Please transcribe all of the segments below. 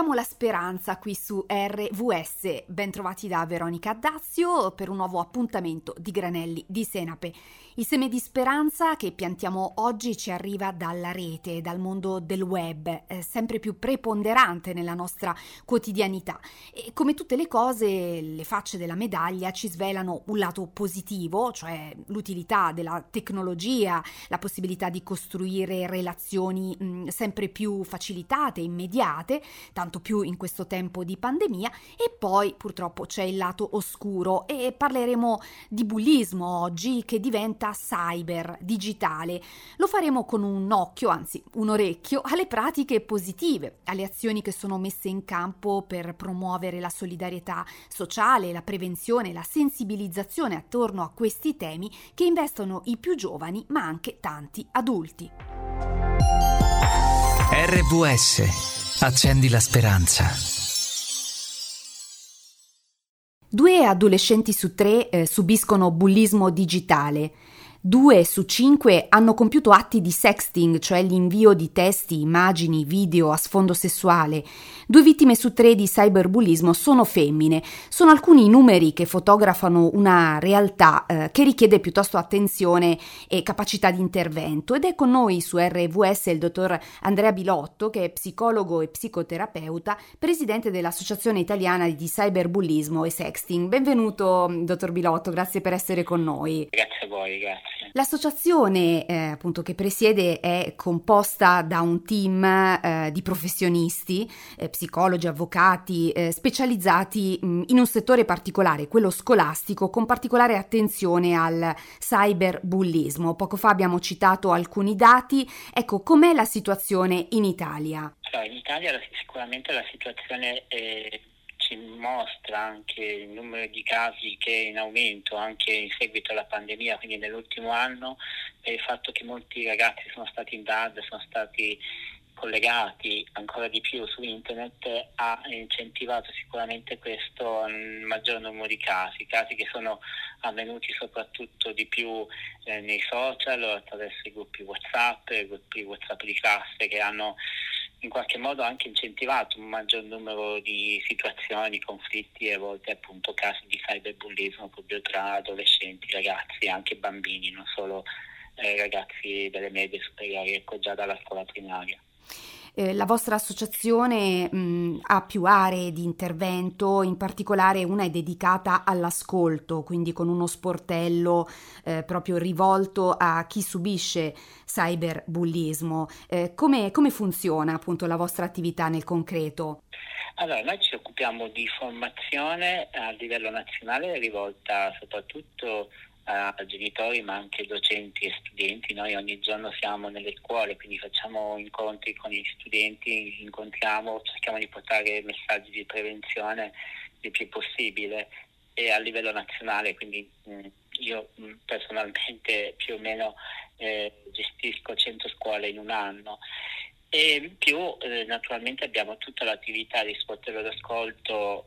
Accendiamo la speranza qui su RVS. Bentrovati da Veronica Addazio per un nuovo appuntamento di Granelli di Senape. Il seme di speranza che piantiamo oggi ci arriva dalla rete, dal mondo del web, sempre più preponderante nella nostra quotidianità. E come tutte le cose, le facce della medaglia ci svelano un lato positivo, cioè l'utilità della tecnologia, la possibilità di costruire relazioni sempre più facilitate, immediate, tanto più in questo tempo di pandemia, e poi purtroppo c'è il lato oscuro e parleremo di bullismo oggi che diventa cyber, digitale. Lo faremo con un occhio, anzi un orecchio, alle pratiche positive, alle azioni che sono messe in campo per promuovere la solidarietà sociale, la prevenzione, la sensibilizzazione attorno a questi temi che investono i più giovani ma anche tanti adulti. RVS, accendi la speranza. 2 adolescenti su 3 subiscono bullismo digitale. 2 su 5 hanno compiuto atti di sexting, cioè l'invio di testi, immagini, video a sfondo sessuale. 2 vittime su 3 di cyberbullismo sono femmine. Sono alcuni numeri che fotografano una realtà che richiede piuttosto attenzione e capacità di intervento. Ed è con noi su RVS il dottor Andrea Bilotto, che è psicologo e psicoterapeuta, presidente dell'Associazione Italiana di Cyberbullismo e Sexting. Benvenuto, dottor Bilotto, grazie per essere con noi. Grazie a voi, grazie. L'associazione appunto che presiede è composta da un team di professionisti, psicologi, avvocati, specializzati in un settore particolare, quello scolastico, con particolare attenzione al cyberbullismo. Poco fa abbiamo citato alcuni dati. Ecco, com'è la situazione in Italia? Allora, in Italia sicuramente la situazione ci mostra anche il numero di casi che è in aumento anche in seguito alla pandemia, quindi nell'ultimo anno, per il fatto che molti ragazzi sono stati in DAD, sono stati collegati ancora di più su internet, ha incentivato sicuramente questo maggior numero di casi che sono avvenuti soprattutto di più nei social, attraverso i gruppi WhatsApp di classe, che hanno in qualche modo anche incentivato un maggior numero di situazioni, conflitti e a volte appunto casi di cyberbullismo proprio tra adolescenti, ragazzi, anche bambini, non solo ragazzi delle medie superiori, ecco, già dalla scuola primaria. La vostra associazione ha più aree di intervento, in particolare una è dedicata all'ascolto, quindi con uno sportello proprio rivolto a chi subisce cyberbullismo. Come funziona appunto la vostra attività nel concreto? Allora, noi ci occupiamo di formazione a livello nazionale rivolta soprattutto a genitori ma anche docenti e studenti. Noi ogni giorno siamo nelle scuole, quindi facciamo incontri con gli studenti, cerchiamo di portare messaggi di prevenzione il più possibile, e a livello nazionale, quindi io personalmente più o meno gestisco 100 scuole in un anno. E in più naturalmente abbiamo tutta l'attività di sportello d'ascolto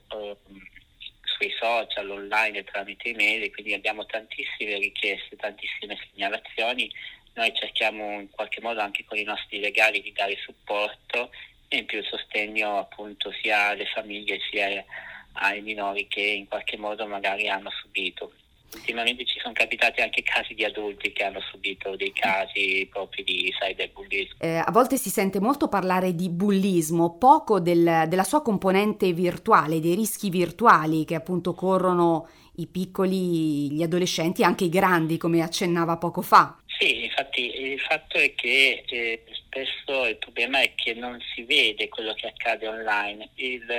sui social, online e tramite email, quindi abbiamo tantissime richieste, tantissime segnalazioni. Noi cerchiamo in qualche modo anche con i nostri legali di dare supporto e in più sostegno appunto sia alle famiglie sia ai minori che in qualche modo magari hanno subito. Ultimamente ci sono capitati anche casi di adulti che hanno subito dei casi proprio di cyberbullismo. A volte si sente molto parlare di bullismo, poco della sua componente virtuale, dei rischi virtuali che appunto corrono i piccoli, gli adolescenti, anche i grandi, come accennava poco fa. Sì, infatti il fatto è che spesso il problema è che non si vede quello che accade online.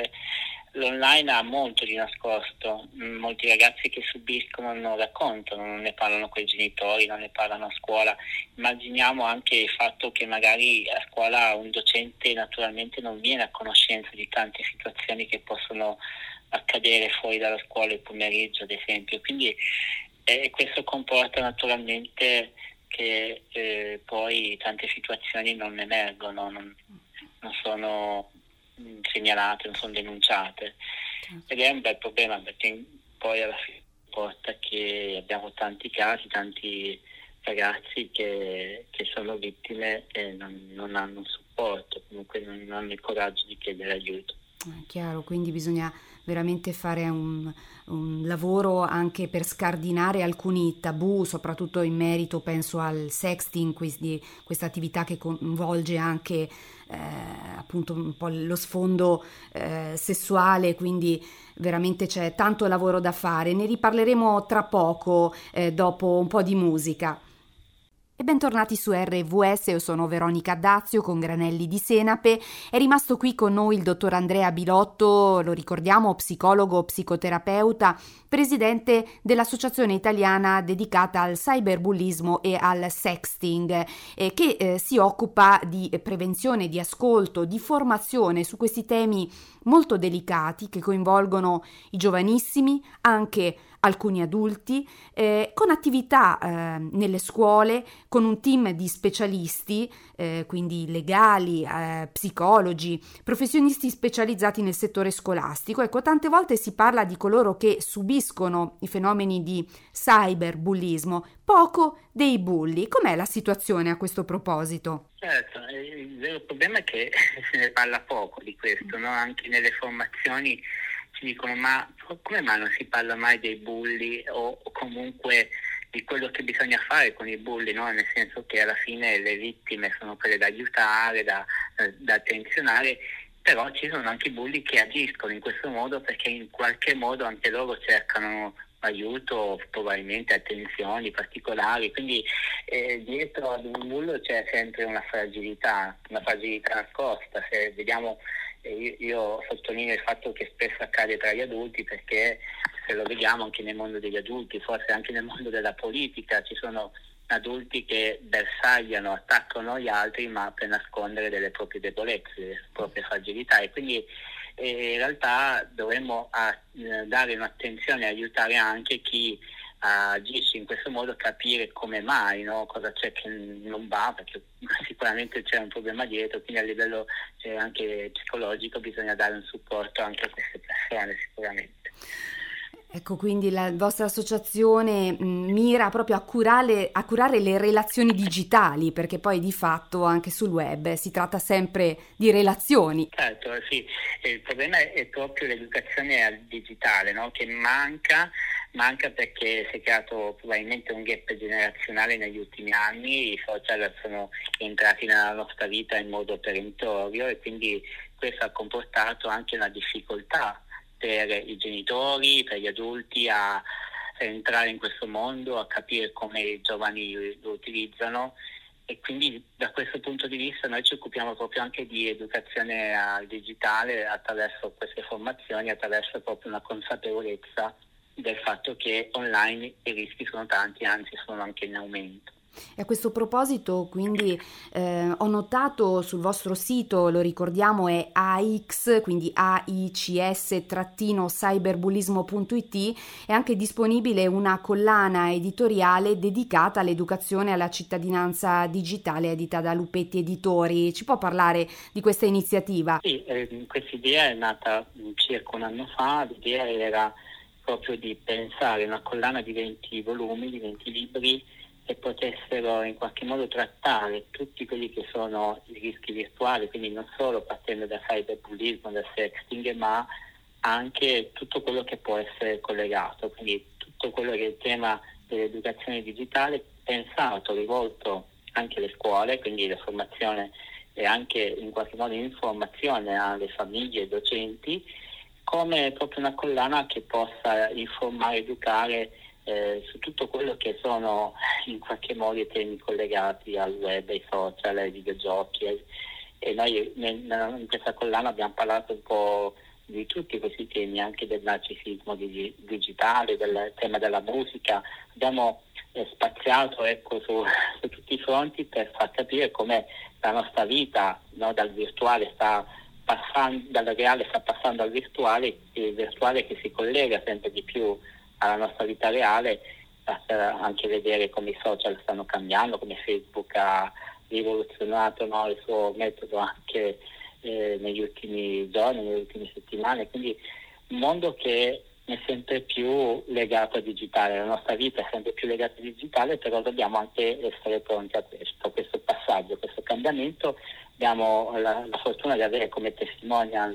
L'online ha molto di nascosto, molti ragazzi che subiscono non raccontano, non ne parlano con i genitori, non ne parlano a scuola. Immaginiamo anche il fatto che magari a scuola un docente naturalmente non viene a conoscenza di tante situazioni che possono accadere fuori dalla scuola il pomeriggio, ad esempio. Quindi questo comporta naturalmente che poi tante situazioni non emergono, non sono segnalate, non sono denunciate, ed è un bel problema perché poi alla fine porta che abbiamo tanti casi, tanti ragazzi che sono vittime e non hanno un supporto, comunque non hanno il coraggio di chiedere aiuto. Chiaro, quindi bisogna veramente fare un lavoro anche per scardinare alcuni tabù, soprattutto in merito, penso al sexting, quindi questa attività che coinvolge anche appunto un po' lo sfondo sessuale, quindi veramente c'è tanto lavoro da fare. Ne riparleremo tra poco, dopo un po' di musica. E bentornati su RVS, io sono Veronica Dazio con Granelli di Senape. È rimasto qui con noi il dottor Andrea Bilotto, lo ricordiamo, psicologo, psicoterapeuta, presidente dell'associazione italiana dedicata al cyberbullismo e al sexting, che si occupa di prevenzione, di ascolto, di formazione su questi temi molto delicati che coinvolgono i giovanissimi, anche alcuni adulti, con attività nelle scuole, con un team di specialisti, quindi legali, psicologi, professionisti specializzati nel settore scolastico. Ecco, tante volte si parla di coloro che subiscono i fenomeni di cyberbullismo, poco dei bulli. Com'è la situazione a questo proposito? Certo, il vero problema è che se ne parla poco di questo, no? Anche nelle formazioni ci dicono: ma come mai non si parla mai dei bulli o comunque di quello che bisogna fare con i bulli, no? Nel senso che alla fine le vittime sono quelle da aiutare, da attenzionare, però ci sono anche i bulli che agiscono in questo modo perché in qualche modo anche loro cercano aiuto, probabilmente attenzioni particolari, quindi dietro ad un bullo c'è sempre una fragilità nascosta. Se vediamo, io sottolineo il fatto che spesso accade tra gli adulti, perché se lo vediamo anche nel mondo degli adulti, forse anche nel mondo della politica, ci sono adulti che bersagliano, attaccano gli altri ma per nascondere delle proprie debolezze, delle proprie fragilità, e quindi in realtà dovremmo dare un'attenzione e aiutare anche chi agisce in questo modo, capire come mai, no? Cosa c'è che non va, perché sicuramente c'è un problema dietro, quindi a livello anche psicologico bisogna dare un supporto anche a queste persone sicuramente. Ecco, quindi la vostra associazione mira proprio a curare le relazioni digitali, perché poi di fatto anche sul web si tratta sempre di relazioni. Certo, sì, il problema è proprio l'educazione al digitale, no? Che manca perché si è creato probabilmente un gap generazionale negli ultimi anni, i social sono entrati nella nostra vita in modo perentorio e quindi questo ha comportato anche una difficoltà per i genitori, per gli adulti a entrare in questo mondo, a capire come i giovani lo utilizzano, e quindi da questo punto di vista noi ci occupiamo proprio anche di educazione al digitale attraverso queste formazioni, attraverso proprio una consapevolezza del fatto che online i rischi sono tanti, anzi sono anche in aumento. E a questo proposito, quindi, ho notato sul vostro sito, lo ricordiamo, è AICS, quindi AICS-cyberbullismo.it, è anche disponibile una collana editoriale dedicata all'educazione alla cittadinanza digitale, edita da Lupetti Editori. Ci può parlare di questa iniziativa? Sì, questa idea è nata circa un anno fa. L'idea era proprio di pensare una collana di 20 volumi, di 20 libri, che potessero in qualche modo trattare tutti quelli che sono i rischi virtuali, quindi non solo partendo da cyberbullismo, da sexting, ma anche tutto quello che può essere collegato, quindi tutto quello che è il tema dell'educazione digitale, pensato, rivolto anche alle scuole, quindi la formazione e anche in qualche modo informazione alle famiglie e docenti, come proprio una collana che possa informare, educare su tutto quello che sono in qualche modo i temi collegati al web, ai social, ai videogiochi, e noi in questa collana abbiamo parlato un po' di tutti questi temi, anche del narcisismo digitale, del tema della musica. Abbiamo spaziato su tutti i fronti per far capire come la nostra vita, no, dal virtuale dal reale sta passando al virtuale, il virtuale che si collega sempre di più alla nostra vita reale. Basta anche vedere come i social stanno cambiando, come Facebook ha rivoluzionato, no, il suo metodo anche negli ultimi giorni, nelle ultime settimane, quindi un mondo che è sempre più legato al digitale, la nostra vita è sempre più legata al digitale, però dobbiamo anche essere pronti a questo passaggio, a questo cambiamento. Abbiamo la fortuna di avere come testimonial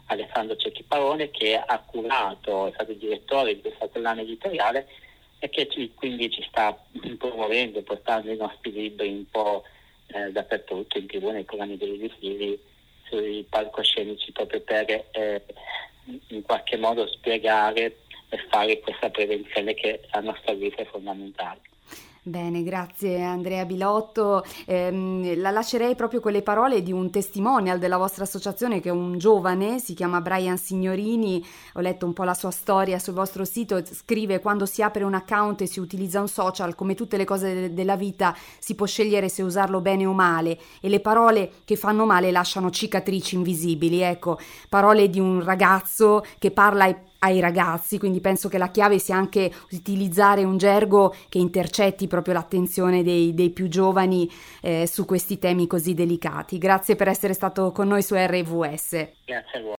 Alessandro Cecchi Parone, che ha curato, è stato direttore di questa collana editoriale e che quindi ci sta promuovendo, portando i nostri libri un po' dappertutto, in TV, nei programmi televisivi, sui palcoscenici, proprio per in qualche modo spiegare e fare questa prevenzione che a nostro avviso è fondamentale. Bene, grazie Andrea Bilotto. La lascerei proprio con le parole di un testimonial della vostra associazione, che è un giovane, si chiama Brian Signorini. Ho letto un po' la sua storia sul vostro sito. Scrive: quando si apre un account e si utilizza un social, come tutte le cose della vita, si può scegliere se usarlo bene o male, e le parole che fanno male lasciano cicatrici invisibili. Ecco, parole di un ragazzo che parla ai ragazzi, quindi penso che la chiave sia anche utilizzare un gergo che intercetti proprio l'attenzione dei più giovani su questi temi così delicati. Grazie per essere stato con noi su RVS. Grazie a voi.